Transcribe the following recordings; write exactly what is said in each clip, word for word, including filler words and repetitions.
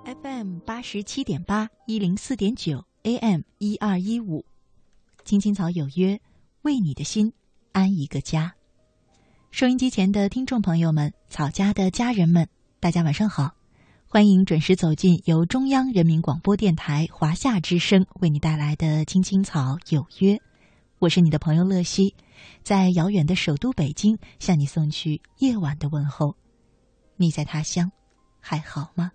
F M 八十七点八，一零四点九 A M 一二一五，青青草有约，为你的心安一个家。收音机前的听众朋友们，草家的家人们，大家晚上好，欢迎准时走进由中央人民广播电台华夏之声为你带来的青青草有约。我是你的朋友乐西，在遥远的首都北京向你送去夜晚的问候。你在他乡还好吗？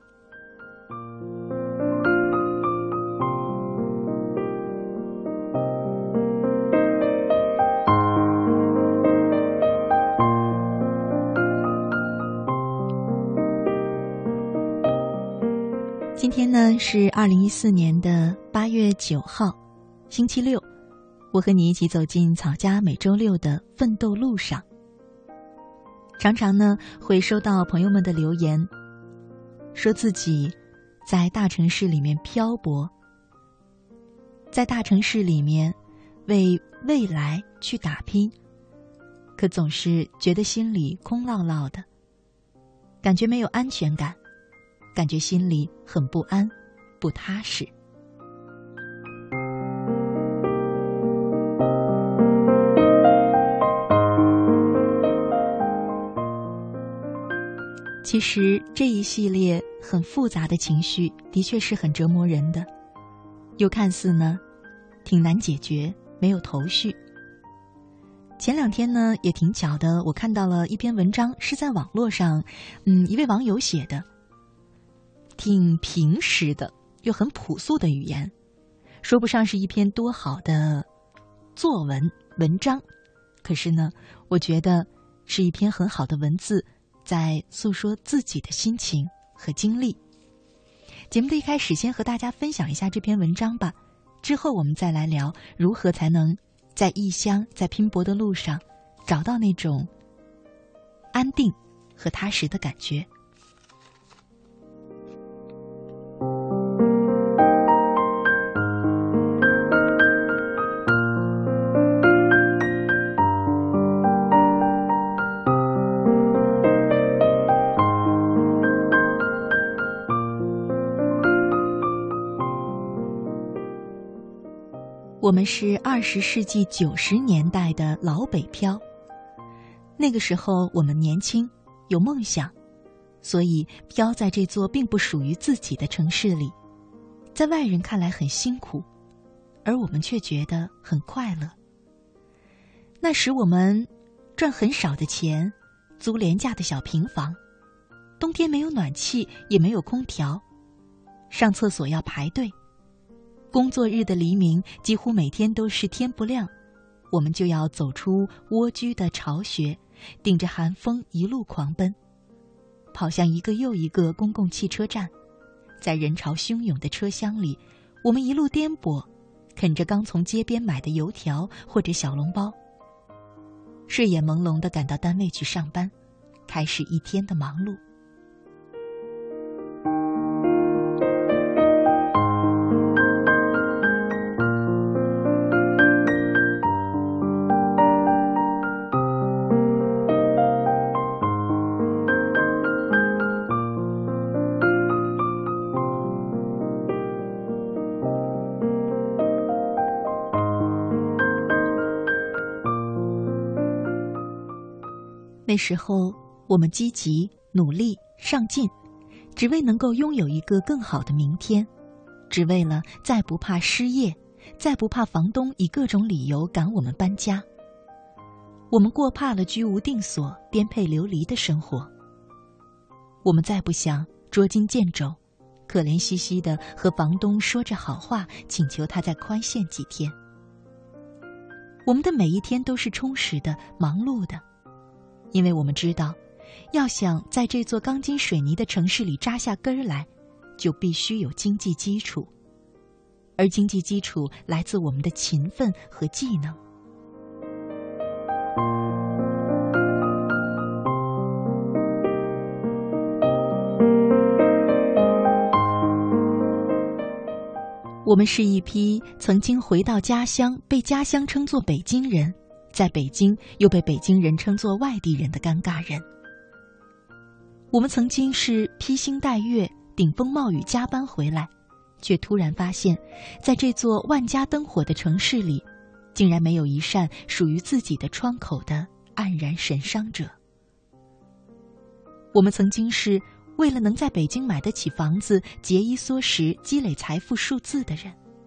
今天呢是二零一四年的八月九号，星期六。我和你一起走进草家每周六的奋斗路上。常常呢会收到朋友们的留言，说自己在大城市里面漂泊，在大城市里面为未来去打拼，可总是觉得心里空落落的，感觉没有安全感，感觉心里很不安，不踏实。其实这一系列很复杂的情绪的确是很折磨人的，又看似呢挺难解决，没有头绪。前两天呢也挺巧的，我看到了一篇文章，是在网络上嗯一位网友写的，挺平实的又很朴素的语言，说不上是一篇多好的作文文章，可是呢我觉得是一篇很好的文字，在诉说自己的心情和经历。节目的一开始先和大家分享一下这篇文章吧，之后我们再来聊如何才能在异乡，在拼搏的路上找到那种安定和踏实的感觉。我们是二十世纪九十年代的老北漂，那个时候我们年轻，有梦想，所以漂在这座并不属于自己的城市里，在外人看来很辛苦，而我们却觉得很快乐。那时我们赚很少的钱，租廉价的小平房，冬天没有暖气，也没有空调，上厕所要排队。工作日的黎明几乎每天都是天不亮，我们就要走出蜗居的巢穴，顶着寒风一路狂奔，跑向一个又一个公共汽车站。在人潮汹涌的车厢里，我们一路颠簸，啃着刚从街边买的油条或者小笼包，睡眼朦胧地赶到单位去上班，开始一天的忙碌。那时候我们积极努力上进，只为能够拥有一个更好的明天，只为了再不怕失业，再不怕房东以各种理由赶我们搬家。我们过怕了居无定所、颠沛流离的生活，我们再不想捉襟见肘，可怜兮兮地和房东说着好话，请求他再宽限几天。我们的每一天都是充实的、忙碌的，因为我们知道，要想在这座钢筋水泥的城市里扎下根儿来，就必须有经济基础，而经济基础来自我们的勤奋和技能。我们是一批曾经回到家乡，被家乡称作北京人，在北京又被北京人称作外地人的尴尬人。我们曾经是披星戴月顶风冒雨加班回来，却突然发现，在这座万家灯火的城市里，竟然没有一扇属于自己的窗口的黯然神伤者。我们曾经是为了能在北京买得起房子，节衣缩食，积累财富数字的人。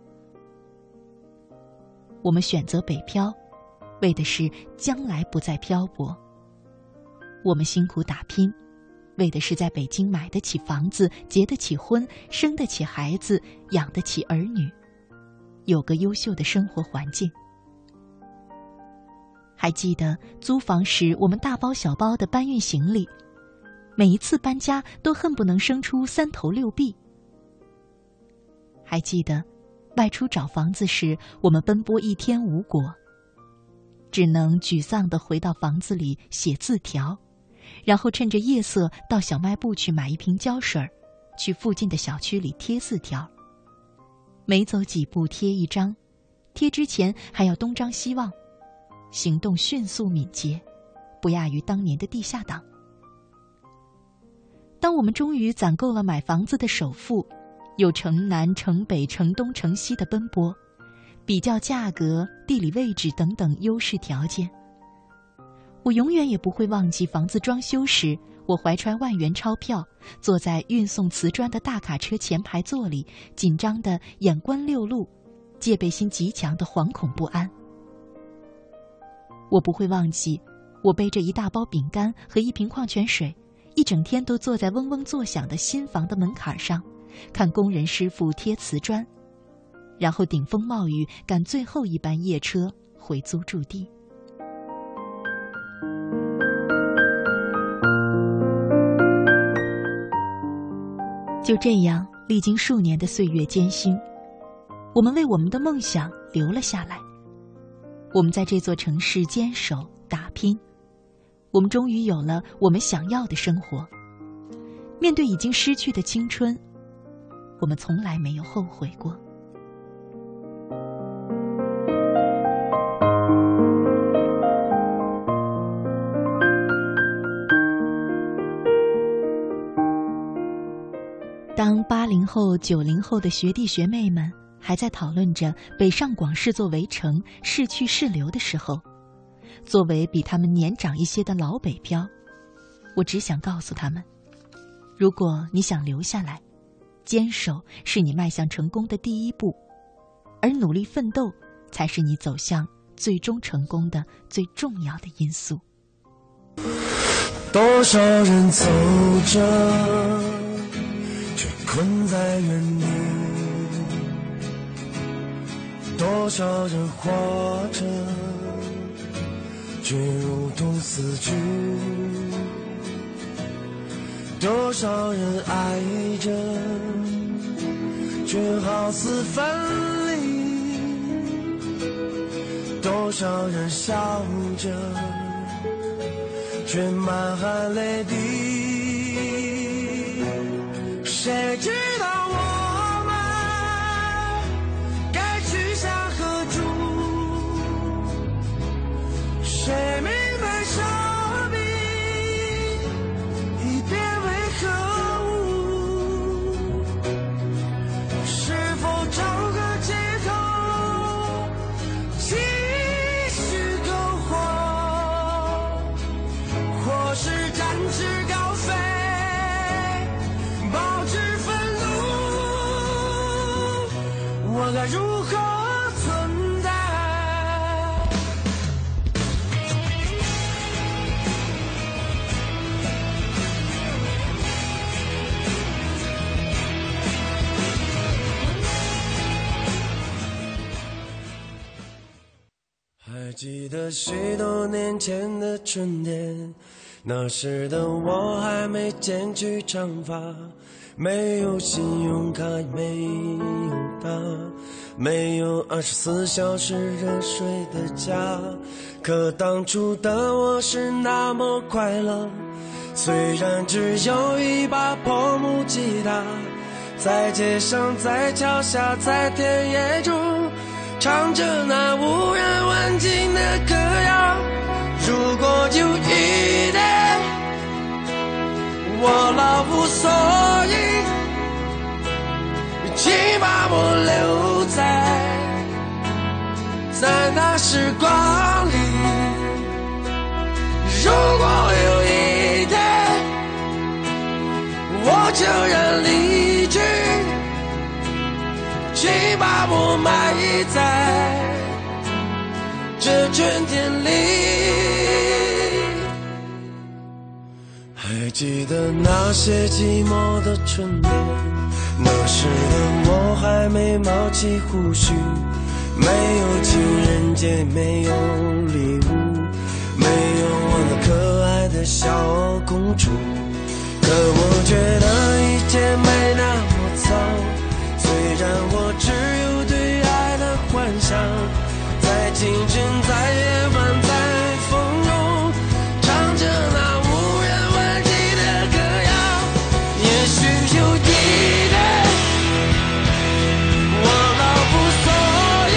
我们选择北漂，为的是将来不再漂泊。我们辛苦打拼，为的是在北京买得起房子，结得起婚，生得起孩子，养得起儿女，有个优秀的生活环境。还记得租房时我们大包小包地搬运行李，每一次搬家都恨不能生出三头六臂。还记得外出找房子时，我们奔波一天无果，只能沮丧地回到房子里写字条，然后趁着夜色到小卖部去买一瓶胶水，去附近的小区里贴字条。每走几步贴一张，贴之前还要东张西望，行动迅速敏捷，不亚于当年的地下党。当我们终于攒够了买房子的首付，有城南、城北、城东、城西的奔波，比较价格、地理位置等等优势条件。我永远也不会忘记房子装修时，我怀揣万元钞票，坐在运送瓷砖的大卡车前排座里，紧张的眼观六路，戒备心极强的惶恐不安。我不会忘记，我背着一大包饼干和一瓶矿泉水，一整天都坐在嗡嗡作响的新房的门槛上，看工人师傅贴瓷砖，然后顶风冒雨赶最后一班夜车回租住地。就这样，历经数年的岁月艰辛，我们为我们的梦想留了下来。我们在这座城市坚守打拼，我们终于有了我们想要的生活。面对已经失去的青春，我们从来没有后悔过。当八零后、九零后的学弟学妹们还在讨论着北上广是座围城，是去是留的时候，作为比他们年长一些的老北漂，我只想告诉他们，如果你想留下来，坚守是你迈向成功的第一步，而努力奋斗才是你走向最终成功的最重要的因素。 多少人走着却困在原地，多少人活着却如同死去，多少人爱着却好似分离，多少人笑着却满含泪滴，谁知道我们该去向何处，谁明白生命已变为何物，是否找个借口继续苟活，或是展翅高飞保持愤怒，我该如何存在？还记得许多年前的春天，那时的我还没剪去长发，没有信用卡，没有他，没有二十四小时热水的家。可当初的我是那么快乐，虽然只有一把破木吉他，在街上，在桥下，在田野中，唱着那无人问津的歌谣。如果有一天我老无所依， 那时光里，如果有一天我悄然离去，请把我埋在这春天里。还记得那些寂寞的春天，那时的我还没冒起胡须，没有情人节，没有礼物，没有我那可爱的小公主。可我觉得一切没那么糟，虽然我只有对爱的幻想，在清晨，在夜晚，在风中，唱着那无人问起的歌谣。也许有一天我老无所依，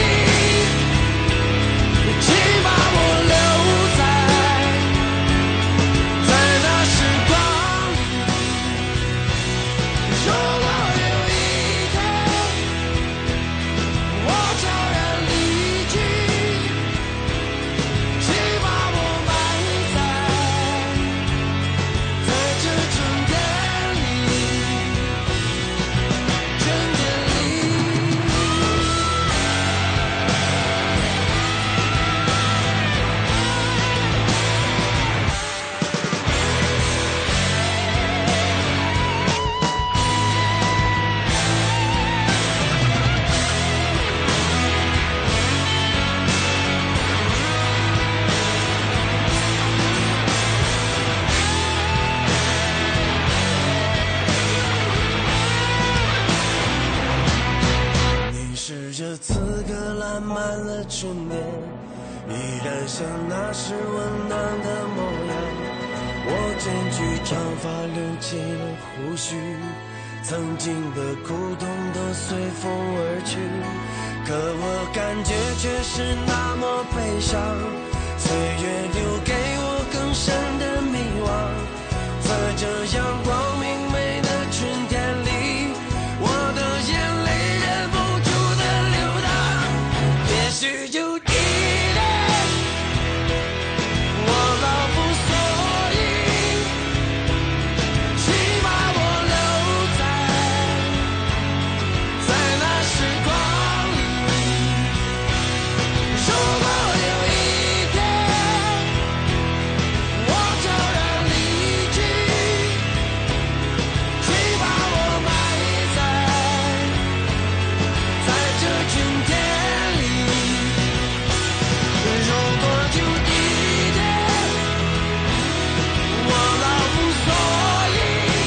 请把我留在在那时光里。如果有一天我悄然离去，请把我埋在在这春天里，春天里。你是这刺客烂漫了春天，依然像那时温暖的模样。我剪去长发，留起了胡须，曾经的苦痛都随风而去，可我感觉却是那么悲伤。岁月留给我更深的迷惘，在这阳光明媚的春天里，我的眼泪忍不住的流淌。也许有一天我老无所依，请把我留在在那时光里。如果有一天我悄然离去，请把我埋在在这春天里。如果有一天我老无所依，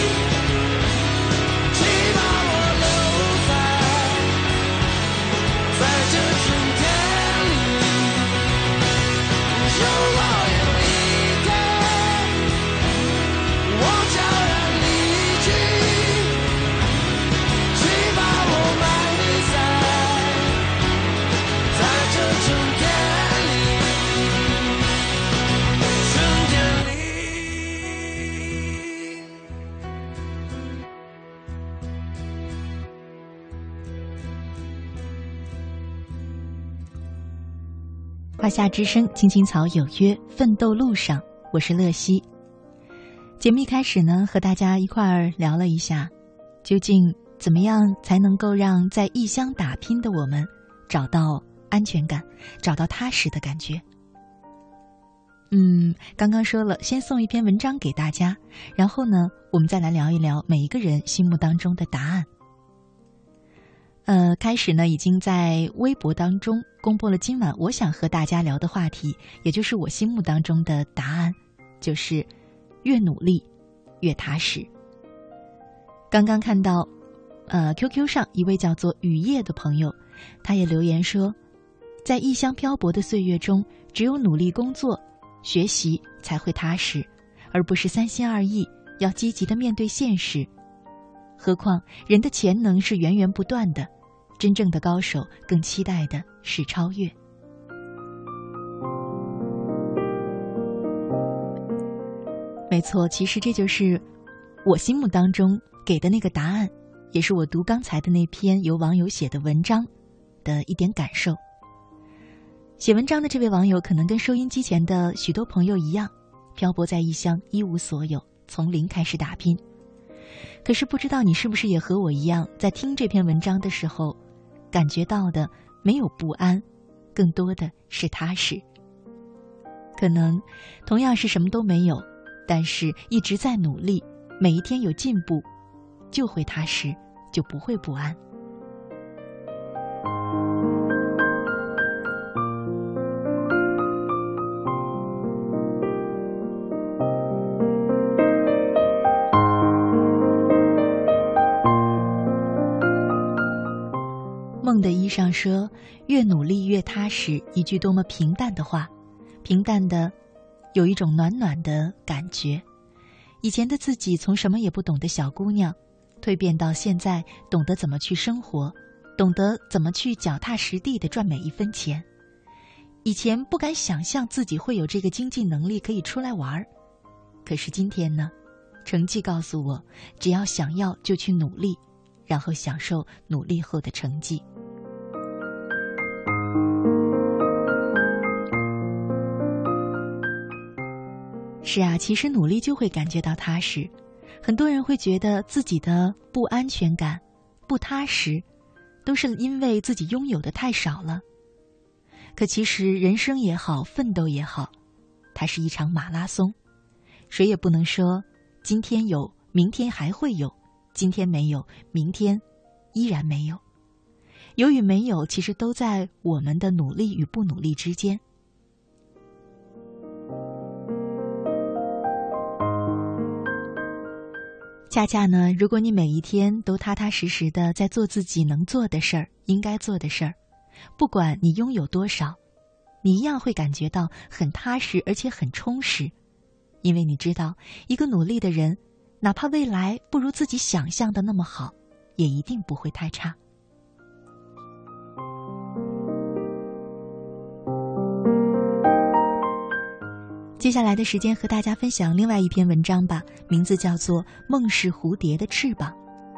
请把我留在在这春天里。如果有一天我悄然离去，请把我埋在在这春天里，春天里。 华夏之声，青青草有约，奋斗路上，我是乐西。节目一开始呢，和大家一块儿聊了一下，究竟怎么样才能够让在异乡打拼的我们找到安全感，找到踏实的感觉。嗯，刚刚说了，先送一篇文章给大家，然后呢，我们再来聊一聊每一个人心目当中的答案。呃，开始呢，已经在微博当中公布了今晚我想和大家聊的话题，也就是我心目当中的答案，就是越努力越踏实。刚刚看到呃 Q Q 上一位叫做雨夜的朋友，他也留言说，在异乡漂泊的岁月中，只有努力工作学习才会踏实，而不是三心二意，要积极的面对现实。何况人的潜能是源源不断的，真正的高手更期待的是超越。没错，其实这就是我心目当中给的那个答案，也是我读刚才的那篇由网友写的文章的一点感受。 写文章的这位网友可能跟收音机前的许多朋友一样，漂泊在异乡，一无所有，从零开始打拼。可是不知道你是不是也和我一样，在听这篇文章的时候，感觉到的没有不安，更多的是踏实。可能同样是什么都没有，但是一直在努力，每一天有进步，就会踏实，就不会不安。梦的衣裳说，越努力越踏实，一句多么平淡的话，平淡的有一种暖暖的感觉。以前的自己从什么也不懂的小姑娘，蜕变到现在懂得怎么去生活，懂得怎么去脚踏实地地赚每一分钱。以前不敢想象自己会有这个经济能力可以出来玩，可是今天呢，成绩告诉我，只要想要就去努力，然后享受努力后的成绩。是啊，其实努力就会感觉到踏实。很多人会觉得自己的不安全感、不踏实，都是因为自己拥有的太少了。可其实人生也好，奋斗也好，它是一场马拉松。谁也不能说今天有，明天还会有；今天没有，明天依然没有。有与没有，其实都在我们的努力与不努力之间。恰恰呢，如果你每一天都踏踏实实的在做自己能做的事儿、应该做的事儿，不管你拥有多少，你一样会感觉到很踏实，而且很充实。因为你知道，一个努力的人，哪怕未来不如自己想象的那么好，也一定不会太差。接下来的时间和大家分享另外一篇文章吧，名字叫做《梦是蝴蝶的翅膀》。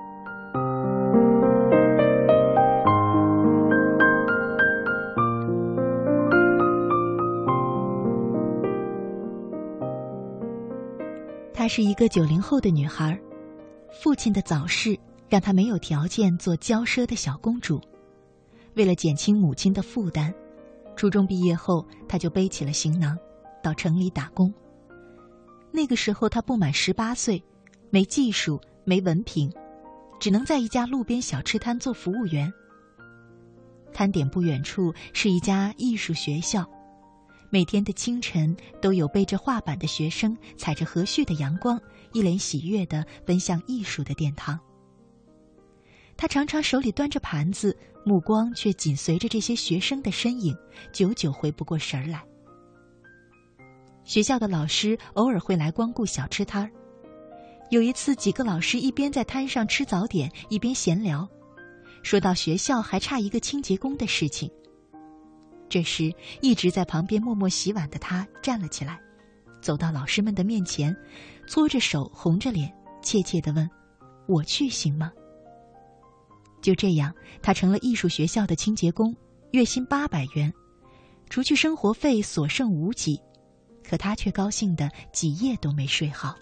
她是一个九零后的女孩，父亲的早逝让她没有条件做娇奢的小公主。为了减轻母亲的负担，初中毕业后，她就背起了行囊，到城里打工。那个时候他不满十八岁，没技术，没文凭，只能在一家路边小吃摊做服务员。摊点不远处是一家艺术学校，每天的清晨都有背着画板的学生踩着和煦的阳光，一脸喜悦地奔向艺术的殿堂。他常常手里端着盘子，目光却紧随着这些学生的身影，久久回不过神来。学校的老师偶尔会来光顾小吃摊儿。有一次，几个老师一边在摊上吃早点，一边闲聊，说到学校还差一个清洁工的事情。这时，一直在旁边默默洗碗的他站了起来，走到老师们的面前，搓着手，红着脸，怯怯地问：“我去行吗？”就这样，他成了艺术学校的清洁工，月薪八百元，除去生活费，所剩无几。可他却高兴得几夜都没睡好。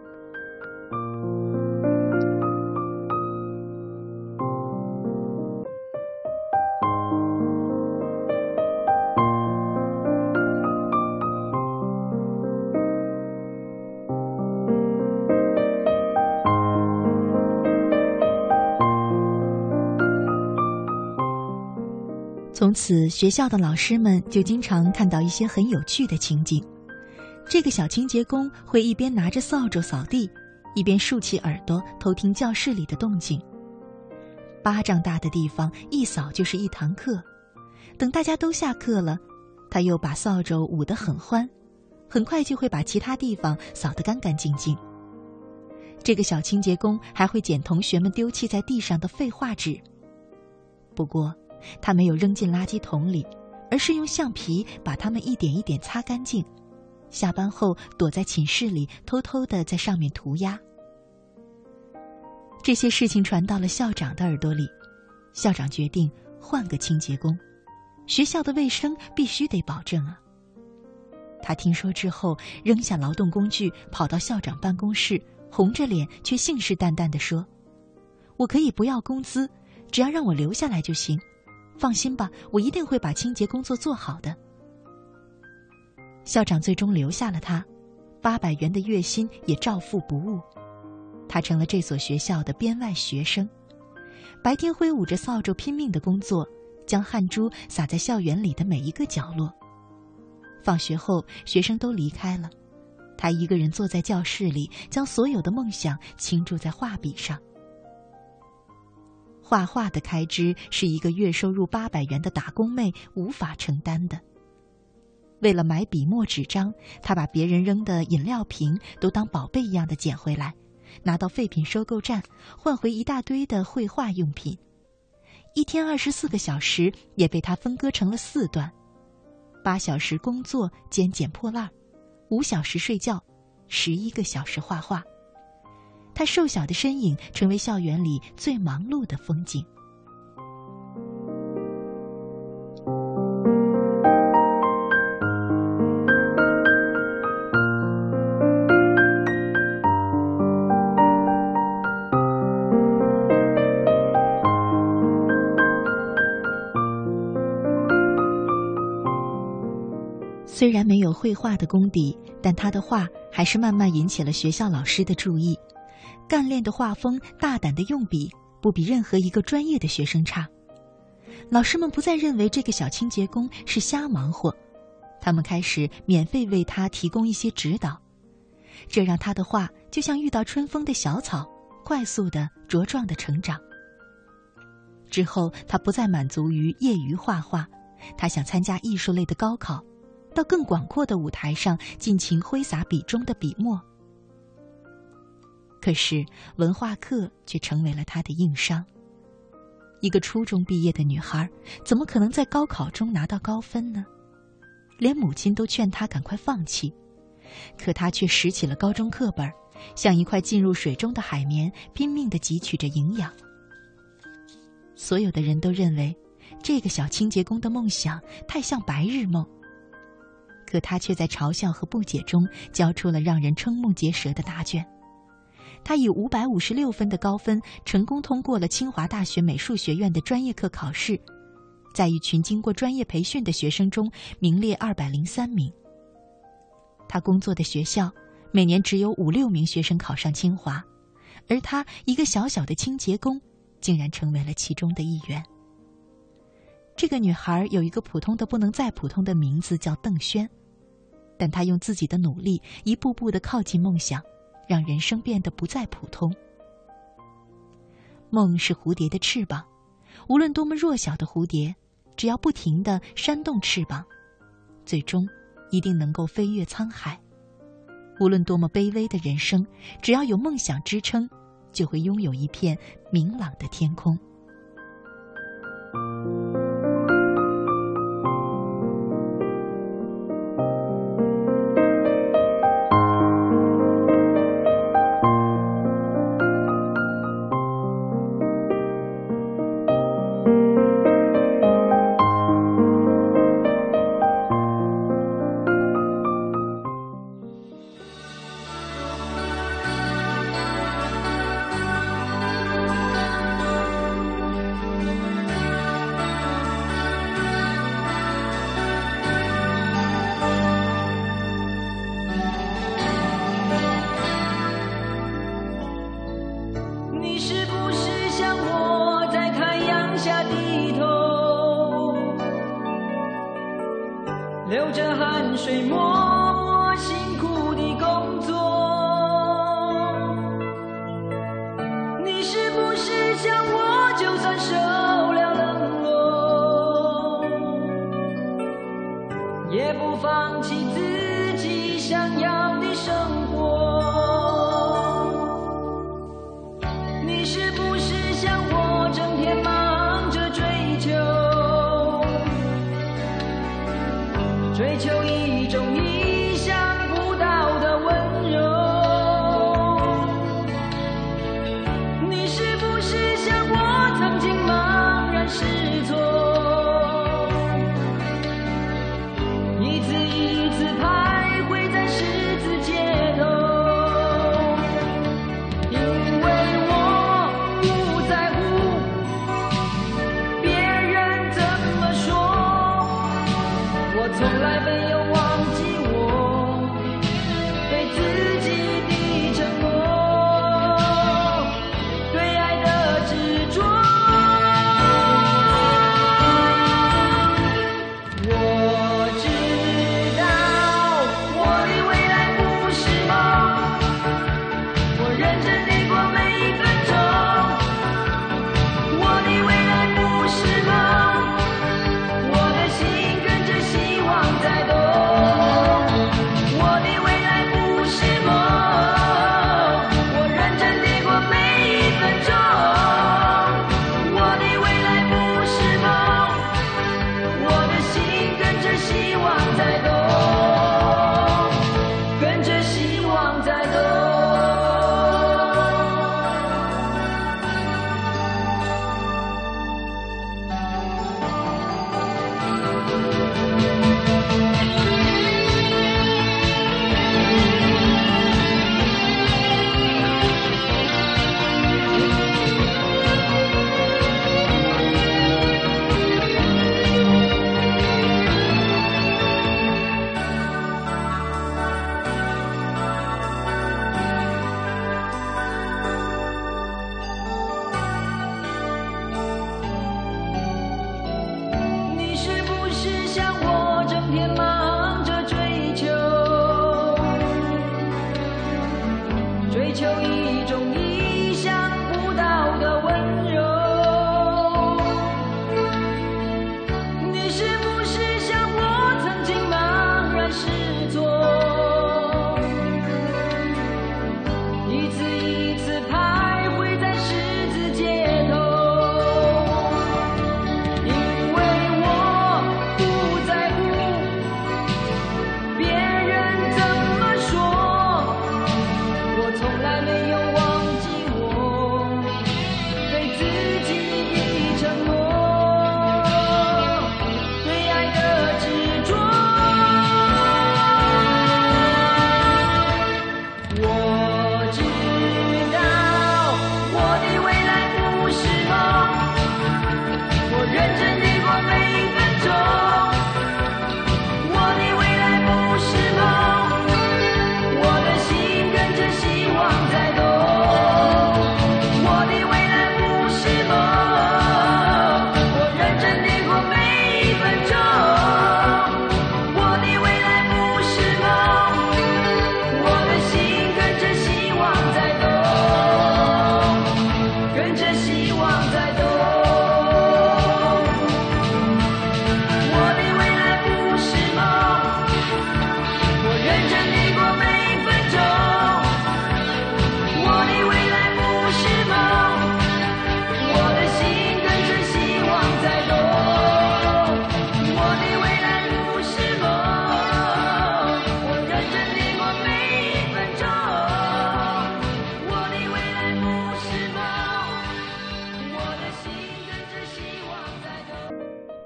从此，学校的老师们就经常看到一些很有趣的情景。这个小清洁工会一边拿着扫帚扫地，一边竖起耳朵偷听教室里的动静。巴掌大的地方一扫就是一堂课，等大家都下课了，他又把扫帚舞得很欢，很快就会把其他地方扫得干干净净。这个小清洁工还会捡同学们丢弃在地上的废画纸，不过他没有扔进垃圾桶里，而是用橡皮把它们一点一点擦干净。下班后躲在寝室里，偷偷地在上面涂鸦。这些事情传到了校长的耳朵里，校长决定换个清洁工。 学校的卫生必须得保证啊。他听说之后，扔下劳动工具，跑到校长办公室，红着脸却信誓旦旦地说：“我可以不要工资，只要让我留下来就行。放心吧，我一定会把清洁工作做好的。”校长最终留下了他，八百元的月薪也照付不误。他成了这所学校的编外学生，白天挥舞着扫帚拼命的工作，将汗珠洒在校园里的每一个角落。放学后，学生都离开了，他一个人坐在教室里，将所有的梦想倾注在画笔上。画画的开支是一个月收入八百元的打工妹无法承担的。为了买笔墨纸张，他把别人扔的饮料瓶都当宝贝一样的捡回来，拿到废品收购站，换回一大堆的绘画用品。一天二十四个小时也被他分割成了四段：八小时工作兼捡破烂，五小时睡觉，十一个小时画画。他瘦小的身影成为校园里最忙碌的风景。虽然没有绘画的功底，但他的画还是慢慢引起了学校老师的注意。干练的画风，大胆的用笔，不比任何一个专业的学生差。老师们不再认为这个小清洁工是瞎忙活，他们开始免费为他提供一些指导，这让他的画就像遇到春风的小草，快速的茁壮的成长。之后，他不再满足于业余画画，他想参加艺术类的高考，到更广阔的舞台上尽情挥洒笔中的笔墨。可是文化课却成为了他的硬伤。一个初中毕业的女孩，怎么可能在高考中拿到高分呢？连母亲都劝她赶快放弃，可她却拾起了高中课本，像一块浸入水中的海绵，拼命地汲取着营养。所有的人都认为这个小清洁工的梦想太像白日梦，可他却在嘲笑和不解中交出了让人瞠目结舌的答卷。他以五百五十六分的高分成功通过了清华大学美术学院的专业课考试，在一群经过专业培训的学生中名列二百零三名。他工作的学校每年只有五六名学生考上清华，而他一个小小的清洁工竟然成为了其中的一员。这个女孩有一个普通的不能再普通的名字，叫邓轩，但她用自己的努力一步步地靠近梦想，让人生变得不再普通。梦是蝴蝶的翅膀，无论多么弱小的蝴蝶，只要不停地扇动翅膀，最终一定能够飞越沧海。无论多么卑微的人生，只要有梦想支撑，就会拥有一片明朗的天空。 流着汗水默默辛苦的工作，你是不是像我，就算受了冷落，也不放弃自己想要的生活？你是不是像我，整天忙着追求追求一种意想不到的温柔？你是不是像我，曾经茫然失措，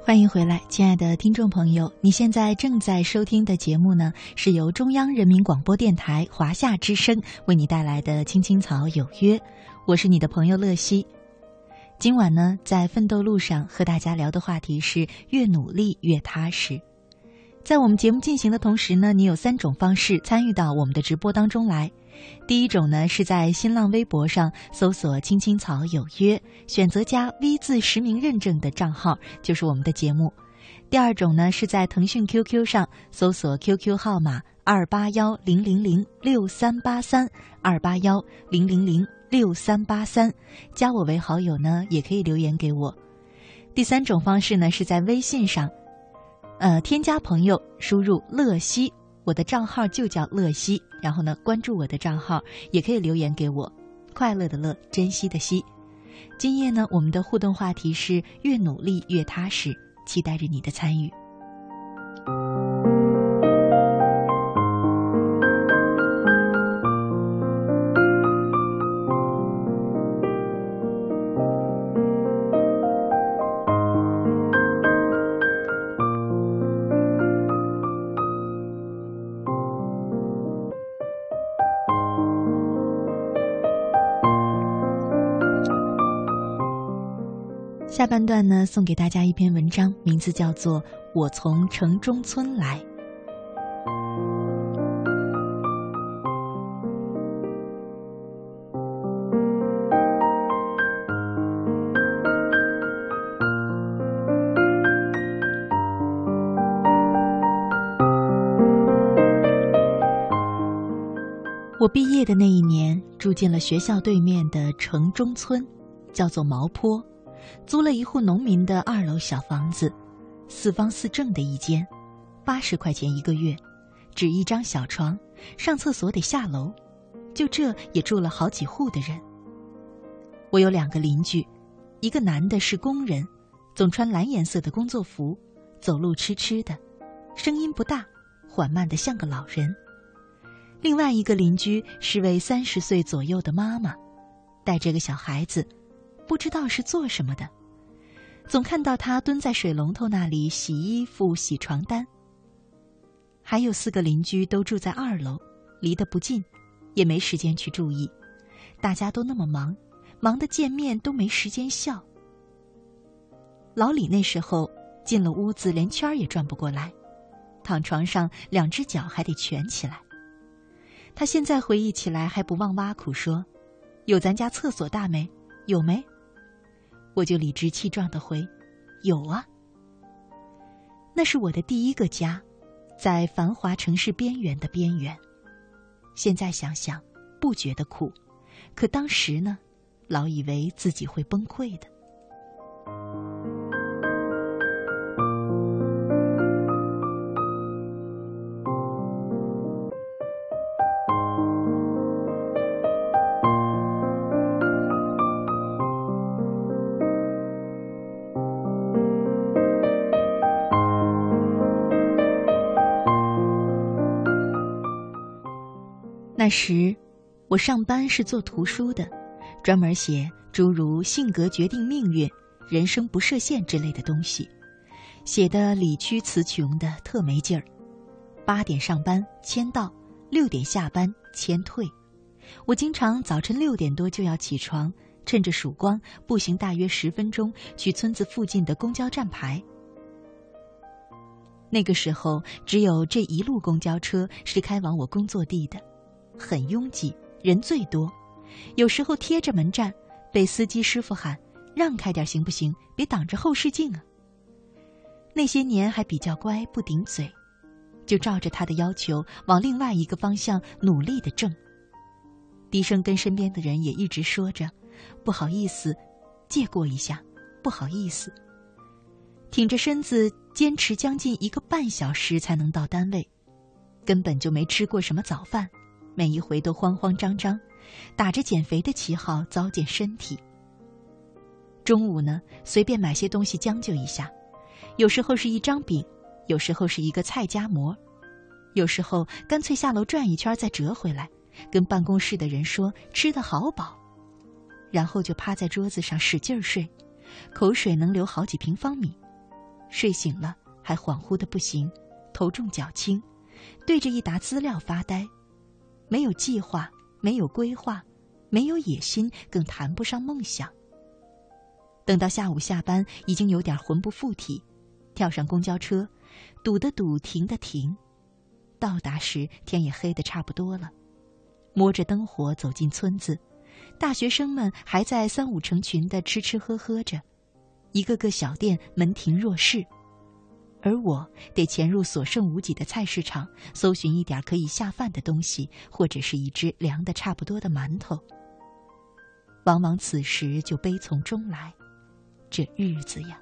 欢迎回来，亲爱的听众朋友，你现在正在收听的节目呢，是由中央人民广播电台华夏之声为你带来的《青青草有约》，我是你的朋友乐西。今晚呢，在奋斗路上和大家聊的话题是越努力越踏实。在我们节目进行的同时呢，你有三种方式参与到我们的直播当中来。第一种呢，是在新浪微博上搜索青青草有约，选择加 V 字实名认证的账号，就是我们的节目。第二种呢，是在腾讯 Q Q 上搜索 Q Q 号码二八幺零零零六三八三 二八幺零零零六三八三，加我为好友呢，也可以留言给我。第三种方式呢，是在微信上呃，添加朋友，输入乐西，我的账号就叫乐西，然后呢，关注我的账号，也可以留言给我。快乐的乐，珍惜的惜。今夜呢，我们的互动话题是越努力越踏实，期待着你的参与。下半段呢，送给大家一篇文章，名字叫做《我从城中村来》。我毕业的那一年，住进了学校对面的城中村，叫做毛坡。租了一户农民的二楼小房子，四方四正的一间，八十块钱一个月，只一张小床，上厕所得下楼，就这也住了好几户的人。我有两个邻居，一个男的是工人，总穿蓝颜色的工作服，走路痴痴的，声音不大，缓慢得像个老人。另外一个邻居是位三十岁左右的妈妈，带着个小孩子，不知道是做什么的，总看到他蹲在水龙头那里洗衣服、洗床单。还有四个邻居都住在二楼，离得不近，也没时间去注意，大家都那么忙，忙得见面都没时间笑。老李那时候进了屋子连圈也转不过来，躺床上两只脚还得蜷起来。他现在回忆起来还不忘挖苦说，有咱家厕所大没？有没？我就理直气壮地回，有啊。那是我的第一个家，在繁华城市边缘的边缘。现在想想不觉得苦，可当时呢，老以为自己会崩溃的。那时我上班是做图书的，专门写诸如性格决定命运、人生不设限之类的东西，写得理屈词穷的特没劲儿。八点上班签到，六点下班签退。我经常早晨六点多就要起床，趁着曙光步行大约十分钟去村子附近的公交站牌。那个时候只有这一路公交车是开往我工作地的，很拥挤，人最多，有时候贴着门站，被司机师傅喊让开点行不行，别挡着后视镜啊。那些年还比较乖，不顶嘴，就照着他的要求往另外一个方向努力地挣，低声跟身边的人也一直说着不好意思，借过一下，不好意思。挺着身子坚持将近一个半小时才能到单位，根本就没吃过什么早饭，每一回都慌慌张张，打着减肥的旗号糟践身体。中午呢，随便买些东西将就一下，有时候是一张饼，有时候是一个菜夹馍，有时候干脆下楼转一圈再折回来，跟办公室的人说吃得好饱，然后就趴在桌子上使劲睡，口水能流好几平方米， 睡醒了还恍惚的不行，头重脚轻，对着一沓资料发呆，没有计划，没有规划，没有野心，更谈不上梦想。等到下午下班，已经有点魂不附体，跳上公交车，堵的堵，停的停。到达时天也黑得差不多了，摸着灯火走进村子，大学生们还在三五成群地吃吃喝喝着，一个个小店门庭若市，而我得潜入所剩无几的菜市场，搜寻一点可以下饭的东西，或者是一只凉得差不多的馒头。往往此时就悲从中来，这日子呀。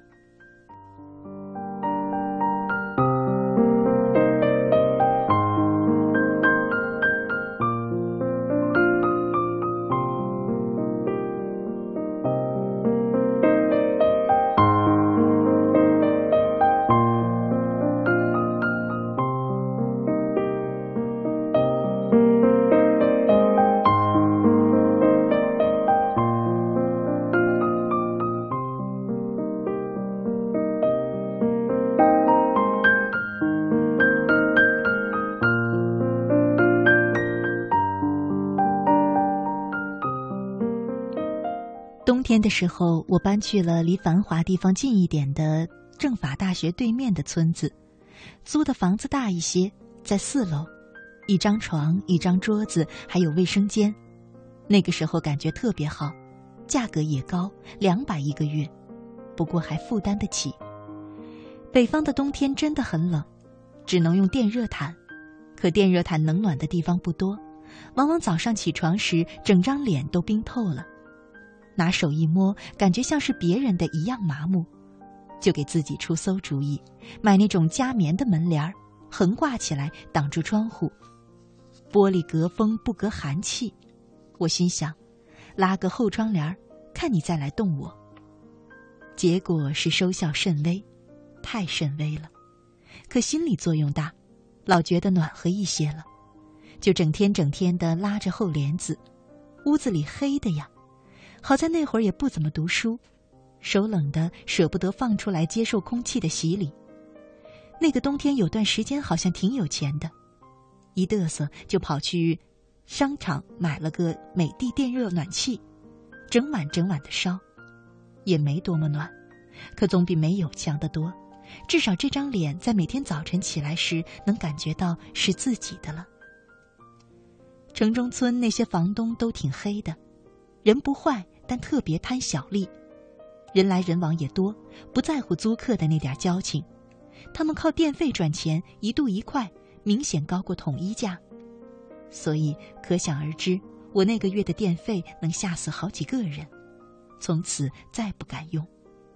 冬天的时候，我搬去了离繁华地方近一点的政法大学对面的村子，租的房子大一些，在四楼，一张床，一张桌子，还有卫生间。那个时候感觉特别好，价格也高，两百一个月，不过还负担得起。北方的冬天真的很冷，只能用电热毯，可电热毯能暖的地方不多，往往早上起床时，整张脸都冰透了。拿手一摸，感觉像是别人的一样麻木，就给自己出馊主意，买那种加棉的门帘儿，横挂起来挡住窗户，玻璃隔风不隔寒气。我心想，拉个厚窗帘，看你再来动我。结果是收效甚微，太甚微了。可心理作用大，老觉得暖和一些了，就整天整天的拉着厚帘子，屋子里黑的呀。好在那会儿也不怎么读书，手冷的舍不得放出来接受空气的洗礼。那个冬天有段时间好像挺有钱的，一嘚瑟就跑去商场买了个美的电热暖气，整晚整晚的烧，也没多么暖，可总比没有强得多。至少这张脸在每天早晨起来时能感觉到是自己的了。城中村那些房东都挺黑的，人不坏，但特别贪小利，人来人往也多，不在乎租客的那点交情。他们靠电费赚钱，一度一块，明显高过统一价。所以可想而知，我那个月的电费能吓死好几个人，从此再不敢用。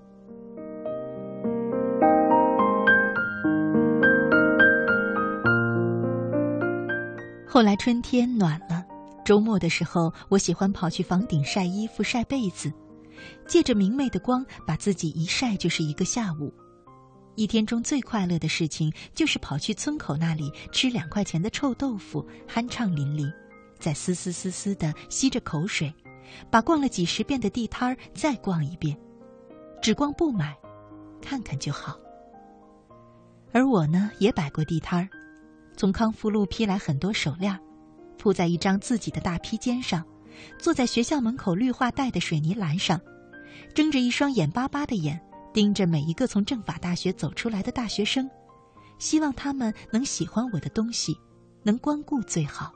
后来春天暖了，周末的时候，我喜欢跑去房顶晒衣服、晒被子，借着明媚的光，把自己一晒就是一个下午。一天中最快乐的事情，就是跑去村口那里吃两块钱的臭豆腐，酣畅淋漓，再嘶嘶嘶嘶地吸着口水，把逛了几十遍的地摊儿再逛一遍，只逛不买，看看就好。而我呢，也摆过地摊儿，从康复路批来很多手链，铺在一张自己的大披肩上，坐在学校门口绿化带的水泥栏上，睁着一双眼巴巴的眼，盯着每一个从政法大学走出来的大学生，希望他们能喜欢我的东西，能光顾最好。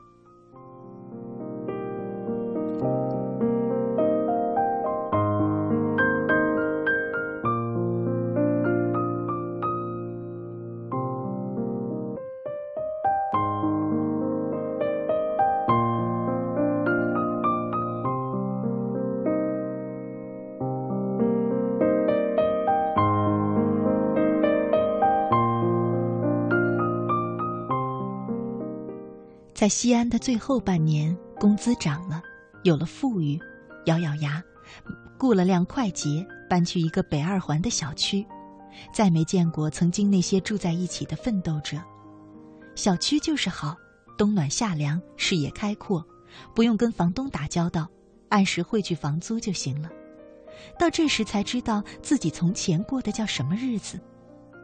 在西安的最后半年，工资涨了，有了富裕，咬咬牙，雇了辆快捷，搬去一个北二环的小区，再没见过曾经那些住在一起的奋斗者。小区就是好，冬暖夏凉，视野开阔，不用跟房东打交道，按时汇去房租就行了。到这时才知道自己从前过的叫什么日子，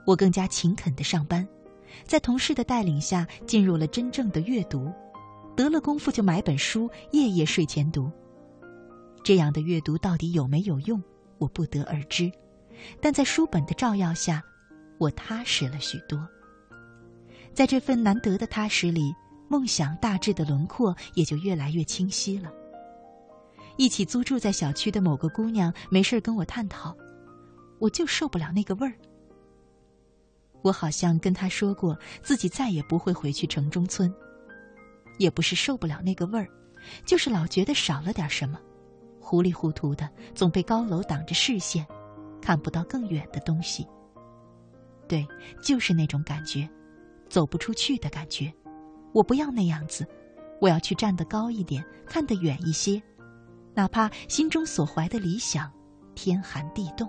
我更加勤恳地上班，在同事的带领下进入了真正的阅读，得了功夫就买本书，夜夜睡前读。这样的阅读到底有没有用，我不得而知，但在书本的照耀下，我踏实了许多。在这份难得的踏实里，梦想大致的轮廓也就越来越清晰了。一起租住在小区的某个姑娘没事跟我探讨，我就受不了那个味儿。我好像跟她说过，自己再也不会回去城中村，也不是受不了那个味儿，就是老觉得少了点什么，糊里糊涂的，总被高楼挡着视线，看不到更远的东西。对，就是那种感觉，走不出去的感觉。我不要那样子，我要去站得高一点，看得远一些，哪怕心中所怀的理想天寒地冻。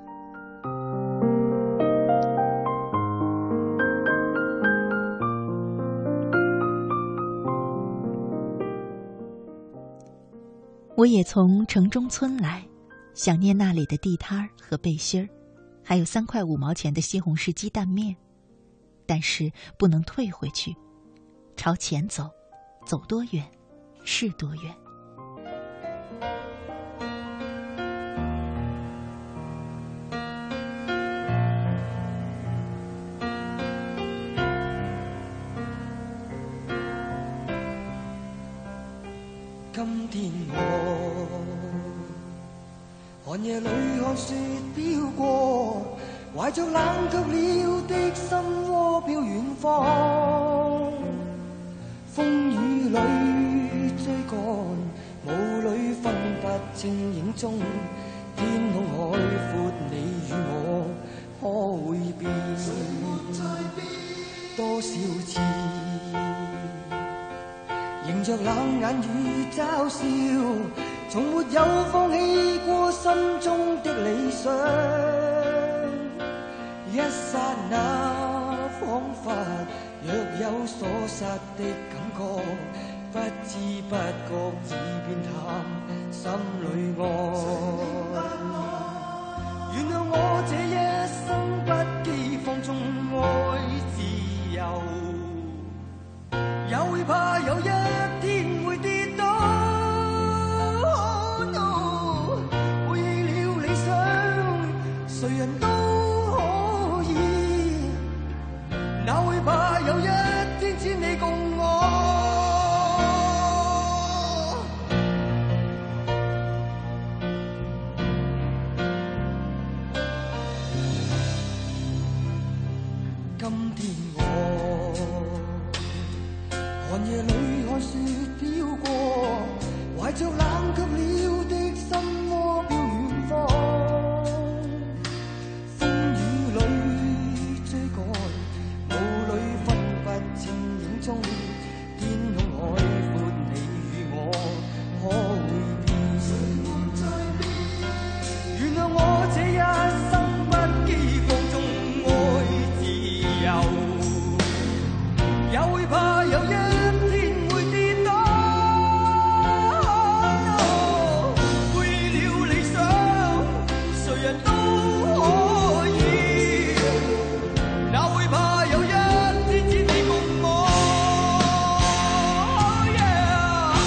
我也从城中村来，想念那里的地摊儿和背心儿，还有三块五毛钱的西红柿鸡蛋面，但是不能退回去，朝前走，走多远是多远。 今天我寒夜里看雪飘過，懷着冷卻了的心窩飄遠方。風雨裏追趕，霧裏分不清影蹤，天空海闊，你與我可會變？多少次迎着冷眼與嘲笑，從沒有放棄過心中的理想。一剎那彷彿若有所失的感覺，不知不覺已變淡，心裏愛。原諒我這一生不羈放縱愛自由，也會怕有一天會跌倒。Oh no， 背棄了理想，誰人都可以，哪會怕有一天只你共我。今天我寒夜裏看雪飄過，懷着冷卻了的心窩飄遠方。風雨裏追趕，霧裏分不清影蹤，天空海闊，你與我可會變？原諒我這一生不羈放縱愛自由，也會怕有一天會跌倒。Oh no， 背棄了理想，誰人都可以，哪會怕有一天只你共我。Oh yeah。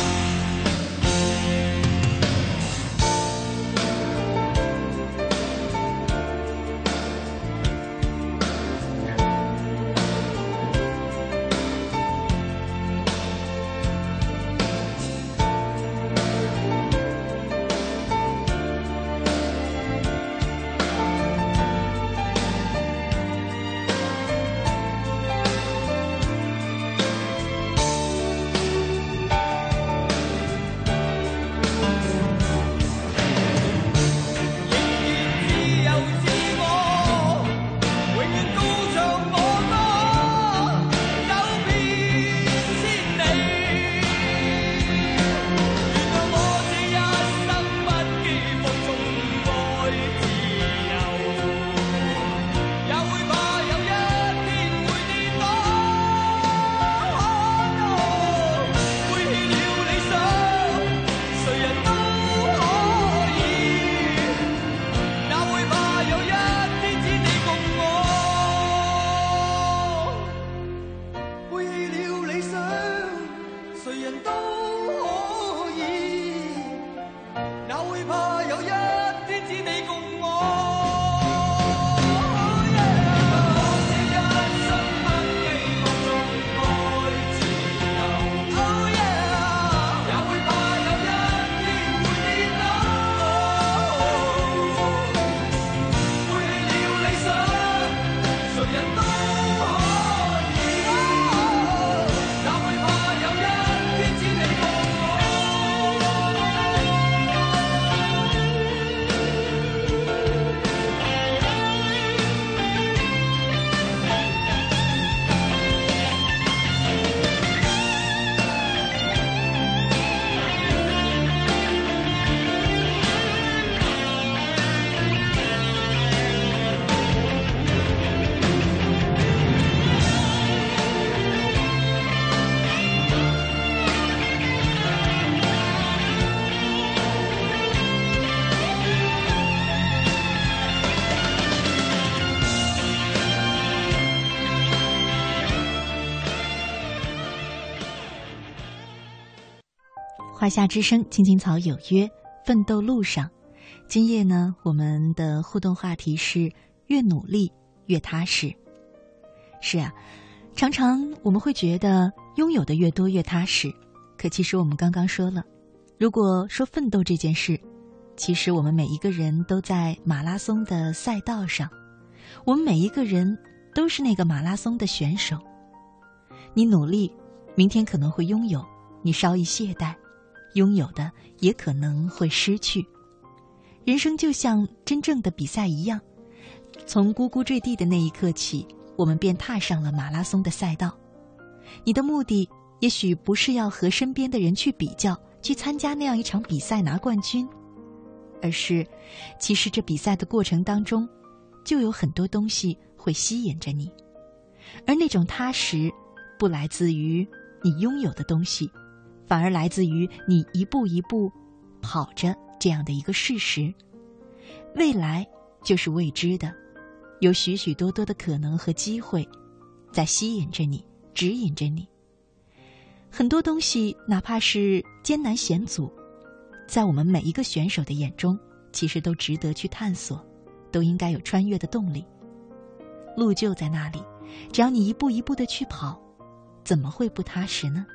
华夏之声青青草有约，奋斗路上。今夜呢，我们的互动话题是越努力越踏实。是啊，常常我们会觉得拥有的越多越踏实，可其实我们刚刚说了，如果说奋斗这件事，其实我们每一个人都在马拉松的赛道上，我们每一个人都是那个马拉松的选手。你努力，明天可能会拥有；你稍一懈怠，拥有的也可能会失去。人生就像真正的比赛一样，从呱呱坠地的那一刻起，我们便踏上了马拉松的赛道。你的目的也许不是要和身边的人去比较，去参加那样一场比赛拿冠军，而是其实这比赛的过程当中，就有很多东西会吸引着你，而那种踏实不来自于你拥有的东西，反而来自于你一步一步跑着这样的一个事实。未来就是未知的，有许许多多的可能和机会在吸引着你，指引着你。很多东西哪怕是艰难险阻，在我们每一个选手的眼中，其实都值得去探索，都应该有穿越的动力。路就在那里，只要你一步一步的去跑，怎么会不踏实呢？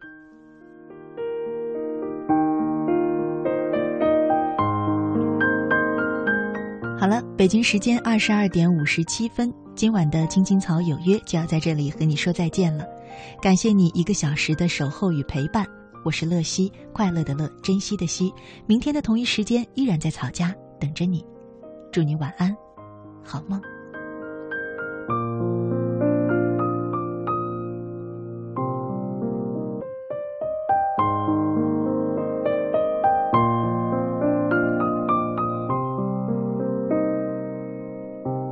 好了，北京时间二十二点五十七分，今晚的青青草有约就要在这里和你说再见了。感谢你一个小时的守候与陪伴，我是乐西，快乐的乐，珍惜的惜。明天的同一时间依然在草家等着你，祝你晚安，好梦。